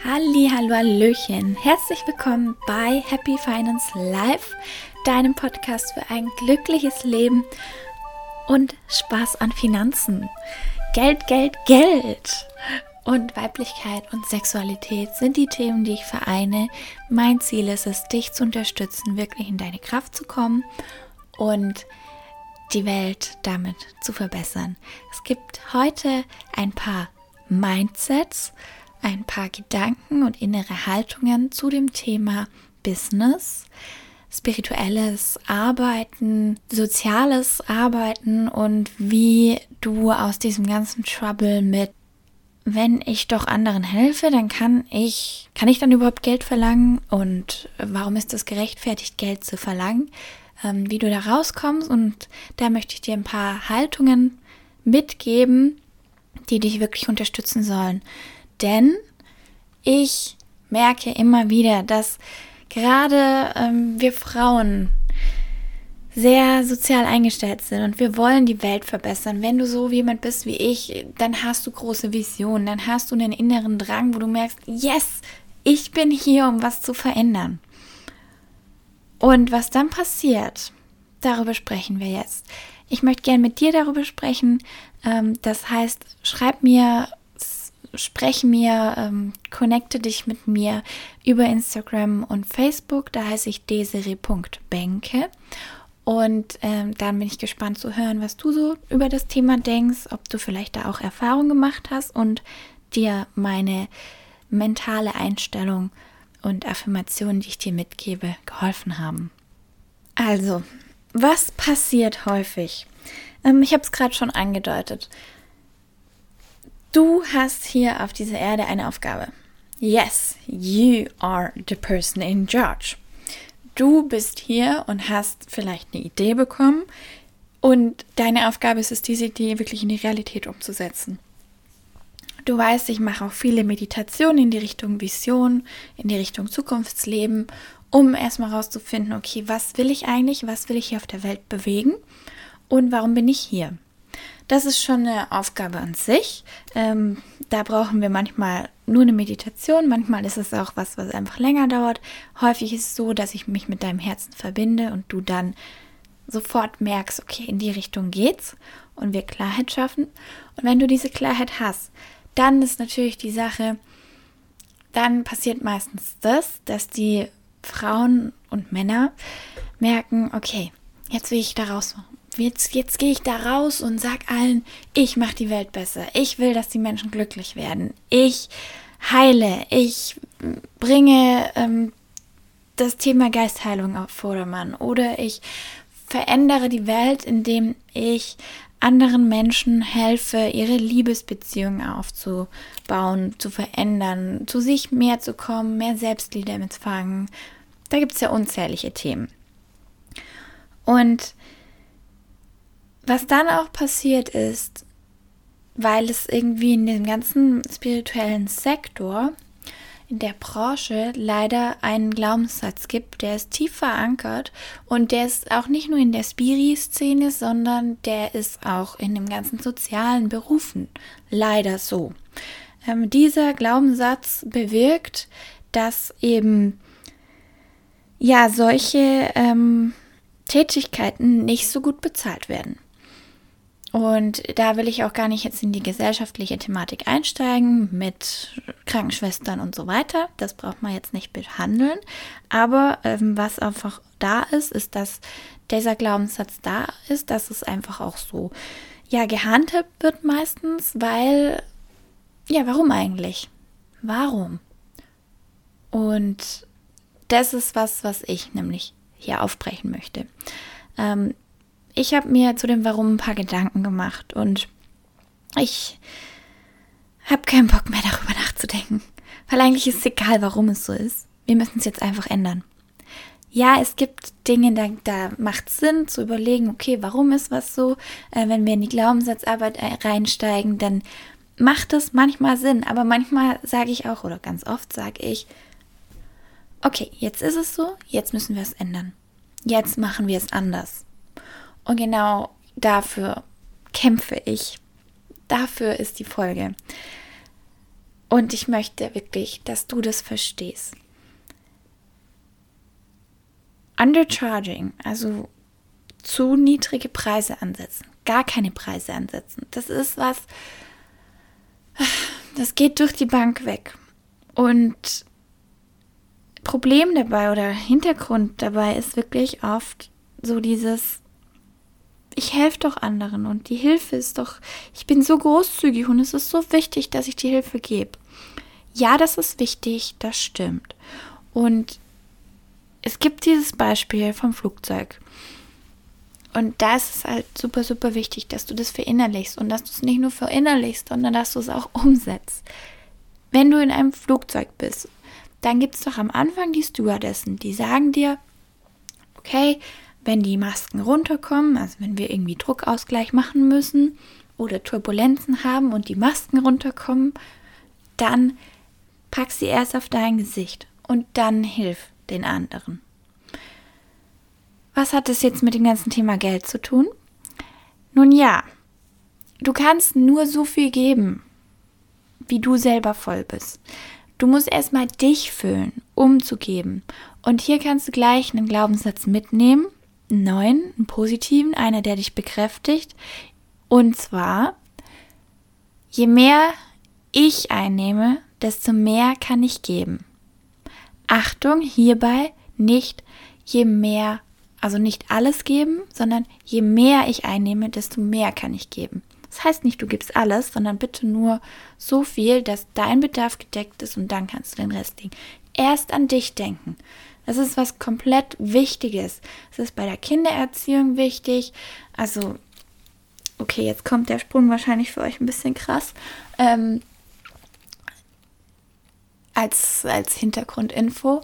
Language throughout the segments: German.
Hallo, hallöchen. Herzlich willkommen bei Happy Finance Life, deinem Podcast für ein glückliches Leben und Spaß an Finanzen. Geld, Geld, Geld und Weiblichkeit und Sexualität sind die Themen, die ich vereine. Mein Ziel ist es, dich zu unterstützen, wirklich in deine Kraft zu kommen und die Welt damit zu verbessern. Es gibt heute ein paar Mindsets, ein paar Gedanken und innere Haltungen zu dem Thema Business, spirituelles Arbeiten, soziales Arbeiten und wie du aus diesem ganzen Trouble mit, wenn ich doch anderen helfe, dann kann ich dann überhaupt Geld verlangen und warum ist es gerechtfertigt, Geld zu verlangen, wie du da rauskommst, und da möchte ich dir ein paar Haltungen mitgeben, die dich wirklich unterstützen sollen. Denn ich merke immer wieder, dass gerade wir Frauen sehr sozial eingestellt sind und wir wollen die Welt verbessern. Wenn du so jemand bist wie ich, dann hast du große Visionen, dann hast du einen inneren Drang, wo du merkst, yes, ich bin hier, um was zu verändern. Und was dann passiert, darüber sprechen wir jetzt. Ich möchte gerne mit dir darüber sprechen. Das heißt, spreche mir, connecte dich mit mir über Instagram und Facebook. Da heiße ich desiree.benke. Und dann bin ich gespannt zu hören, was du so über das Thema denkst, ob du vielleicht da auch Erfahrung gemacht hast und dir meine mentale Einstellung und Affirmationen, die ich dir mitgebe, geholfen haben. Also, was passiert häufig? Ich habe es gerade schon angedeutet. Du hast hier auf dieser Erde eine Aufgabe. Yes, you are the person in charge. Du bist hier und hast vielleicht eine Idee bekommen und deine Aufgabe ist es, diese Idee wirklich in die Realität umzusetzen. Du weißt, ich mache auch viele Meditationen in die Richtung Vision, in die Richtung Zukunftsleben, um erstmal rauszufinden, okay, was will ich eigentlich, was will ich hier auf der Welt bewegen und warum bin ich hier? Das ist schon eine Aufgabe an sich. Da brauchen wir manchmal nur eine Meditation, manchmal ist es auch was einfach länger dauert. Häufig ist es so, dass ich mich mit deinem Herzen verbinde und du dann sofort merkst, okay, in die Richtung geht's und wir Klarheit schaffen. Und wenn du diese Klarheit hast, dann ist natürlich die Sache, dann passiert meistens das, dass die Frauen und Männer merken, okay, jetzt will ich da raus. Jetzt gehe ich da raus und sag allen, ich mache die Welt besser. Ich will, dass die Menschen glücklich werden. Ich heile. Ich bringe das Thema Geistheilung auf Vordermann. Oder ich verändere die Welt, indem ich anderen Menschen helfe, ihre Liebesbeziehungen aufzubauen, zu verändern, zu sich mehr zu kommen, mehr Selbstliebe empfangen. Da gibt es ja unzählige Themen. Und was dann auch passiert ist, weil es irgendwie in dem ganzen spirituellen Sektor, in der Branche leider einen Glaubenssatz gibt, der ist tief verankert und der ist auch nicht nur in der Spiri-Szene, sondern der ist auch in den ganzen sozialen Berufen leider so. Dieser Glaubenssatz bewirkt, dass eben solche Tätigkeiten nicht so gut bezahlt werden. Und da will ich auch gar nicht jetzt in die gesellschaftliche Thematik einsteigen mit Krankenschwestern und so weiter. Das braucht man jetzt nicht behandeln. Aber was einfach da ist, ist, dass dieser Glaubenssatz da ist, dass es einfach auch so gehandhabt wird meistens, weil, warum eigentlich? Warum? Und das ist was ich nämlich hier aufbrechen möchte. Ich habe mir zu dem Warum ein paar Gedanken gemacht und ich habe keinen Bock mehr darüber nachzudenken, weil eigentlich ist es egal, warum es so ist. Wir müssen es jetzt einfach ändern. Ja, es gibt Dinge, da macht es Sinn zu überlegen, okay, warum ist was so? Wenn wir in die Glaubenssatzarbeit reinsteigen, dann macht es manchmal Sinn, aber manchmal sage ich auch, oder ganz oft sage ich, okay, jetzt ist es so, jetzt müssen wir es ändern. Jetzt machen wir es anders. Und genau dafür kämpfe ich. Dafür ist die Folge. Und ich möchte wirklich, dass du das verstehst. Undercharging, also zu niedrige Preise ansetzen, gar keine Preise ansetzen. Das ist was, das geht durch die Bank weg. Und Problem dabei oder Hintergrund dabei ist wirklich oft so dieses, ich helfe doch anderen und die Hilfe ist doch, ich bin so großzügig und es ist so wichtig, dass ich die Hilfe gebe. Ja, das ist wichtig, das stimmt. Und es gibt dieses Beispiel vom Flugzeug. Und da ist es halt super, super wichtig, dass du das verinnerlichst und dass du es nicht nur verinnerlichst, sondern dass du es auch umsetzt. Wenn du in einem Flugzeug bist, dann gibt es doch am Anfang die Stewardessen, die sagen dir, okay, wenn die Masken runterkommen, also wenn wir irgendwie Druckausgleich machen müssen oder Turbulenzen haben und die Masken runterkommen, dann pack sie erst auf dein Gesicht und dann hilf den anderen. Was hat das jetzt mit dem ganzen Thema Geld zu tun? Nun ja, du kannst nur so viel geben, wie du selber voll bist. Du musst erstmal dich füllen, um zu geben. Und hier kannst du gleich einen Glaubenssatz mitnehmen, einen neuen, einen positiven, einer, der dich bekräftigt. Und zwar, je mehr ich einnehme, desto mehr kann ich geben. Achtung, hierbei nicht je mehr, also nicht alles geben, sondern je mehr ich einnehme, desto mehr kann ich geben. Das heißt nicht, du gibst alles, sondern bitte nur so viel, dass dein Bedarf gedeckt ist und dann kannst du den Rest legen. Erst an dich denken. Das ist was komplett Wichtiges. Das ist bei der Kindererziehung wichtig. Also, okay, jetzt kommt der Sprung wahrscheinlich für euch ein bisschen krass. Als Hintergrundinfo.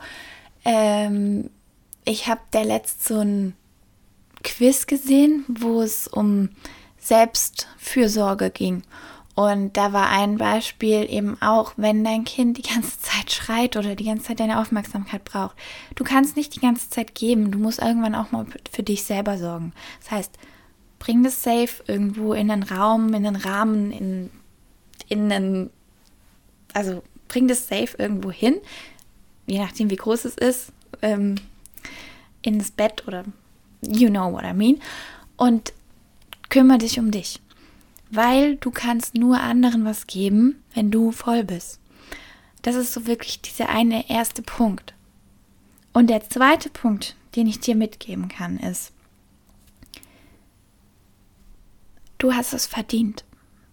Ich habe da letzt so ein Quiz gesehen, wo es um Selbstfürsorge ging. Und da war ein Beispiel eben auch, wenn dein Kind die ganze Zeit schreit oder die ganze Zeit deine Aufmerksamkeit braucht. Du kannst nicht die ganze Zeit geben, du musst irgendwann auch mal für dich selber sorgen. Das heißt, bring das safe irgendwo in einen Raum, in einen Rahmen, also bring das safe irgendwo hin, je nachdem wie groß es ist, ins Bett oder you know what I mean. Und kümmere dich um dich. Weil du kannst nur anderen was geben, wenn du voll bist. Das ist so wirklich dieser eine erste Punkt. Und der zweite Punkt, den ich dir mitgeben kann, ist, du hast es verdient.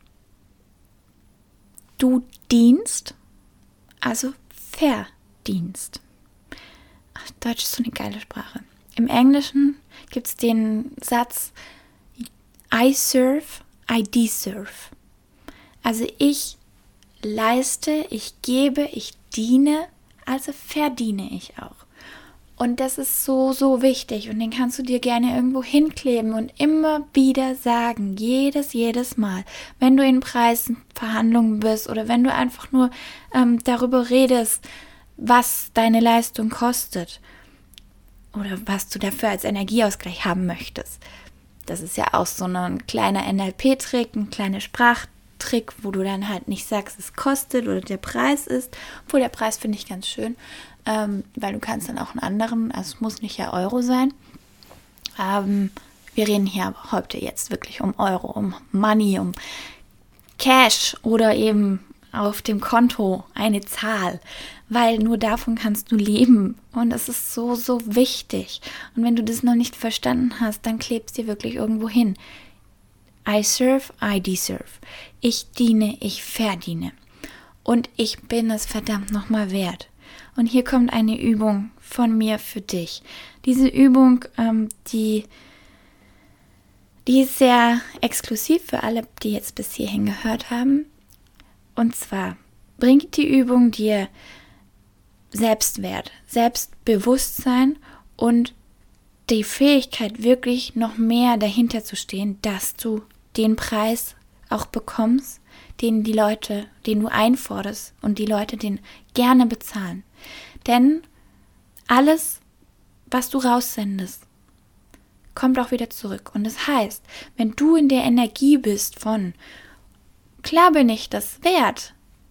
Du dienst, also verdienst. Ach, Deutsch ist so eine geile Sprache. Im Englischen gibt es den Satz, I serve, I deserve. Also ich leiste, ich gebe, ich diene, also verdiene ich auch. Und das ist so, so wichtig und den kannst du dir gerne irgendwo hinkleben und immer wieder sagen, jedes Mal, wenn du in Preisverhandlungen bist oder wenn du einfach nur darüber redest, was deine Leistung kostet oder was du dafür als Energieausgleich haben möchtest. Das ist ja auch so ein kleiner NLP-Trick, ein kleiner Sprachtrick, wo du dann halt nicht sagst, es kostet oder der Preis ist. Obwohl der Preis finde ich ganz schön, weil du kannst dann auch einen anderen, also es muss nicht ja Euro sein. Wir reden hier aber heute jetzt wirklich um Euro, um Money, um Cash oder eben auf dem Konto eine Zahl, weil nur davon kannst du leben und das ist so, so wichtig. Und wenn du das noch nicht verstanden hast, dann klebst dir wirklich irgendwo hin. I serve, I deserve. Ich diene, ich verdiene. Und ich bin es verdammt nochmal wert. Und hier kommt eine Übung von mir für dich. Diese Übung, die ist sehr exklusiv für alle, die jetzt bis hierhin gehört haben. Und zwar bringt die Übung dir Selbstwert, Selbstbewusstsein und die Fähigkeit, wirklich noch mehr dahinter zu stehen, dass du den Preis auch bekommst, den du einforderst und die Leute den gerne bezahlen. Denn alles, was du raussendest, kommt auch wieder zurück. Und das heißt, wenn du in der Energie bist von klar bin ich das wert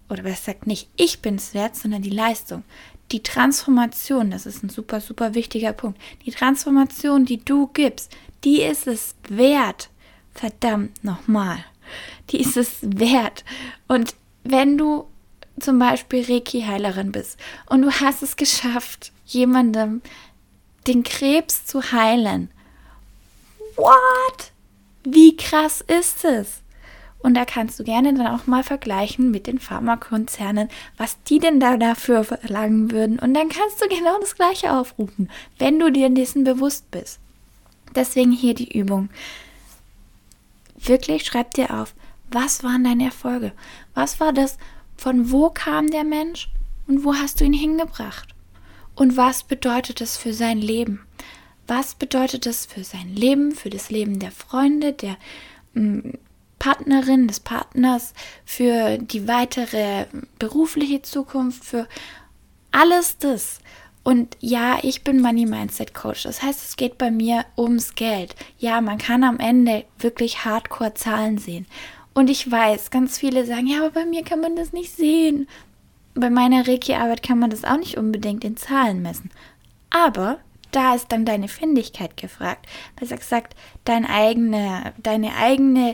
oder wer sagt nicht, ich bin es wert, sondern die Leistung. Die Transformation, das ist ein super, super wichtiger Punkt. Die Transformation, die du gibst, die ist es wert. Verdammt nochmal. Die ist es wert. Und wenn du zum Beispiel Reiki-Heilerin bist und du hast es geschafft, jemandem den Krebs zu heilen, what? Wie krass ist es? Und da kannst du gerne dann auch mal vergleichen mit den Pharmakonzernen, was die denn da dafür verlangen würden. Und dann kannst du genau das Gleiche aufrufen, wenn du dir dessen bewusst bist. Deswegen hier die Übung. Wirklich schreib dir auf, was waren deine Erfolge? Was war das, von wo kam der Mensch und wo hast du ihn hingebracht? Und was bedeutet das für sein Leben? Was bedeutet das für sein Leben, für das Leben der Freunde, der Partnerin, des Partners, für die weitere berufliche Zukunft, für alles das. Und ja, ich bin Money Mindset Coach. Das heißt, es geht bei mir ums Geld. Ja, man kann am Ende wirklich hardcore Zahlen sehen. Und ich weiß, ganz viele sagen, ja, aber bei mir kann man das nicht sehen. Bei meiner Reiki-Arbeit kann man das auch nicht unbedingt in Zahlen messen. Aber da ist dann deine Findigkeit gefragt. Besser gesagt, deine eigene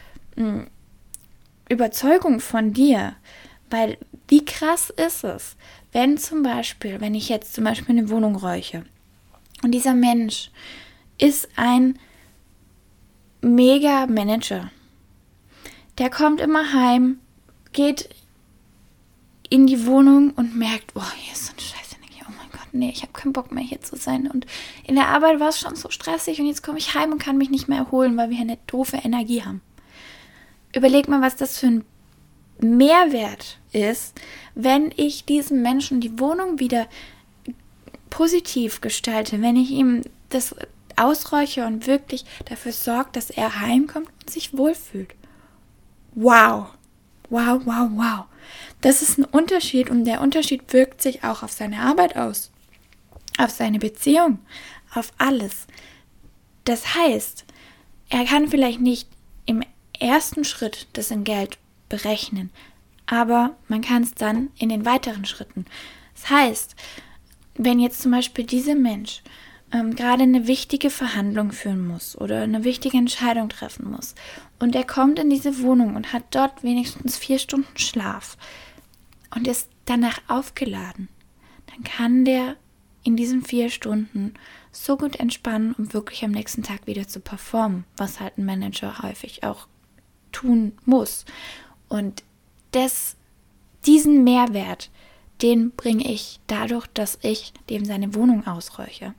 Überzeugung von dir. Weil wie krass ist es, wenn ich jetzt zum Beispiel eine Wohnung räuche und dieser Mensch ist ein mega Manager. Der kommt immer heim, geht in die Wohnung und merkt, oh, hier ist so eine Scheiße. Oh mein Gott, nee, ich habe keinen Bock mehr hier zu sein. Und in der Arbeit war es schon so stressig und jetzt komme ich heim und kann mich nicht mehr erholen, weil wir hier eine doofe Energie haben. Überleg mal, was das für ein Mehrwert ist, wenn ich diesem Menschen die Wohnung wieder positiv gestalte, wenn ich ihm das ausräuche und wirklich dafür sorge, dass er heimkommt und sich wohlfühlt. Wow, wow, wow, wow. Das ist ein Unterschied und der Unterschied wirkt sich auch auf seine Arbeit aus, auf seine Beziehung, auf alles. Das heißt, er kann vielleicht nicht im ersten Schritt das in Geld berechnen, aber man kann es dann in den weiteren Schritten. Das heißt, wenn jetzt zum Beispiel dieser Mensch gerade eine wichtige Verhandlung führen muss oder eine wichtige Entscheidung treffen muss und er kommt in diese Wohnung und hat dort wenigstens 4 Stunden Schlaf und ist danach aufgeladen, dann kann der in diesen 4 Stunden so gut entspannen, um wirklich am nächsten Tag wieder zu performen, was halt ein Manager häufig auch tun muss. Und diesen Mehrwert, den bringe ich dadurch, dass ich dem seine Wohnung ausräuche.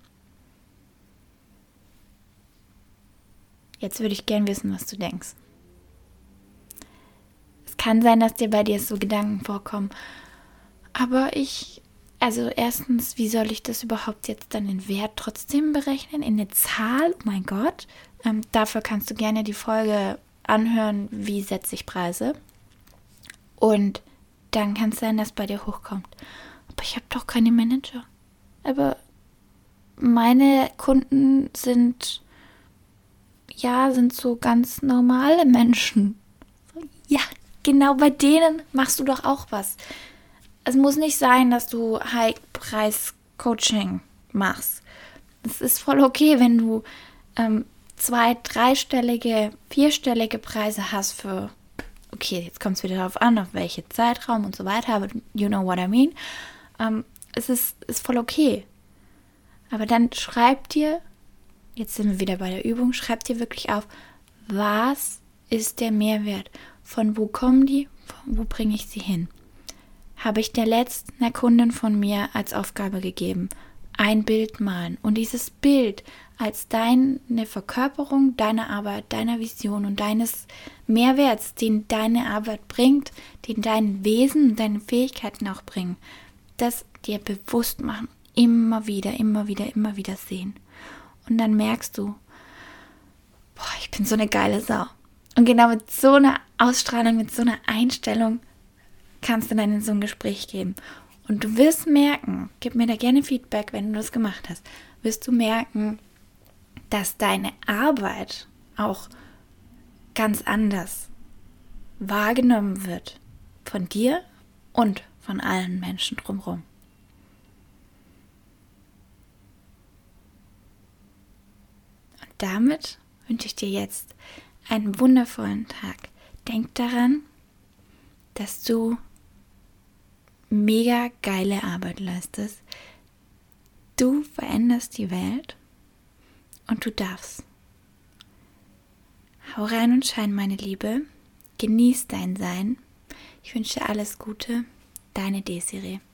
Jetzt würde ich gern wissen, was du denkst. Es kann sein, dass dir bei dir so Gedanken vorkommen. Aber erstens, wie soll ich das überhaupt jetzt dann in Wert trotzdem berechnen? In eine Zahl? Oh mein Gott. Dafür kannst du gerne die Folge anhören, wie setze ich Preise. Und dann kann es sein, dass bei dir hochkommt. Aber ich habe doch keine Manager. Aber meine Kunden sind so ganz normale Menschen. Ja, genau bei denen machst du doch auch was. Es muss nicht sein, dass du High-Preis-Coaching machst. Es ist voll okay, wenn du 2-, 3-stellige, 4-stellige Preise hast für, okay, jetzt kommt es wieder darauf an, auf welche Zeitraum und so weiter, aber you know what I mean. Es ist voll okay. Aber dann schreib dir, jetzt sind wir wieder bei der Übung, schreib dir wirklich auf, was ist der Mehrwert? Von wo kommen die? Wo bringe ich sie hin? Habe ich der letzten Kundin von mir als Aufgabe gegeben, ein Bild malen. Und dieses Bild als deine Verkörperung deiner Arbeit, deiner Vision und deines Mehrwerts, den deine Arbeit bringt, den dein Wesen und deine Fähigkeiten auch bringen, das dir bewusst machen, immer wieder sehen. Und dann merkst du, boah, ich bin so eine geile Sau. Und genau mit so einer Ausstrahlung, mit so einer Einstellung kannst du dann in so ein Gespräch gehen. Und du wirst merken, gib mir da gerne Feedback, wenn du das gemacht hast, wirst du merken, dass deine Arbeit auch ganz anders wahrgenommen wird von dir und von allen Menschen drumherum. Und damit wünsche ich dir jetzt einen wundervollen Tag. Denk daran, dass du mega geile Arbeit leistest. Du veränderst die Welt und du darfst. Hau rein und schein, meine Liebe. Genieß dein Sein. Ich wünsche dir alles Gute. Deine Desiree.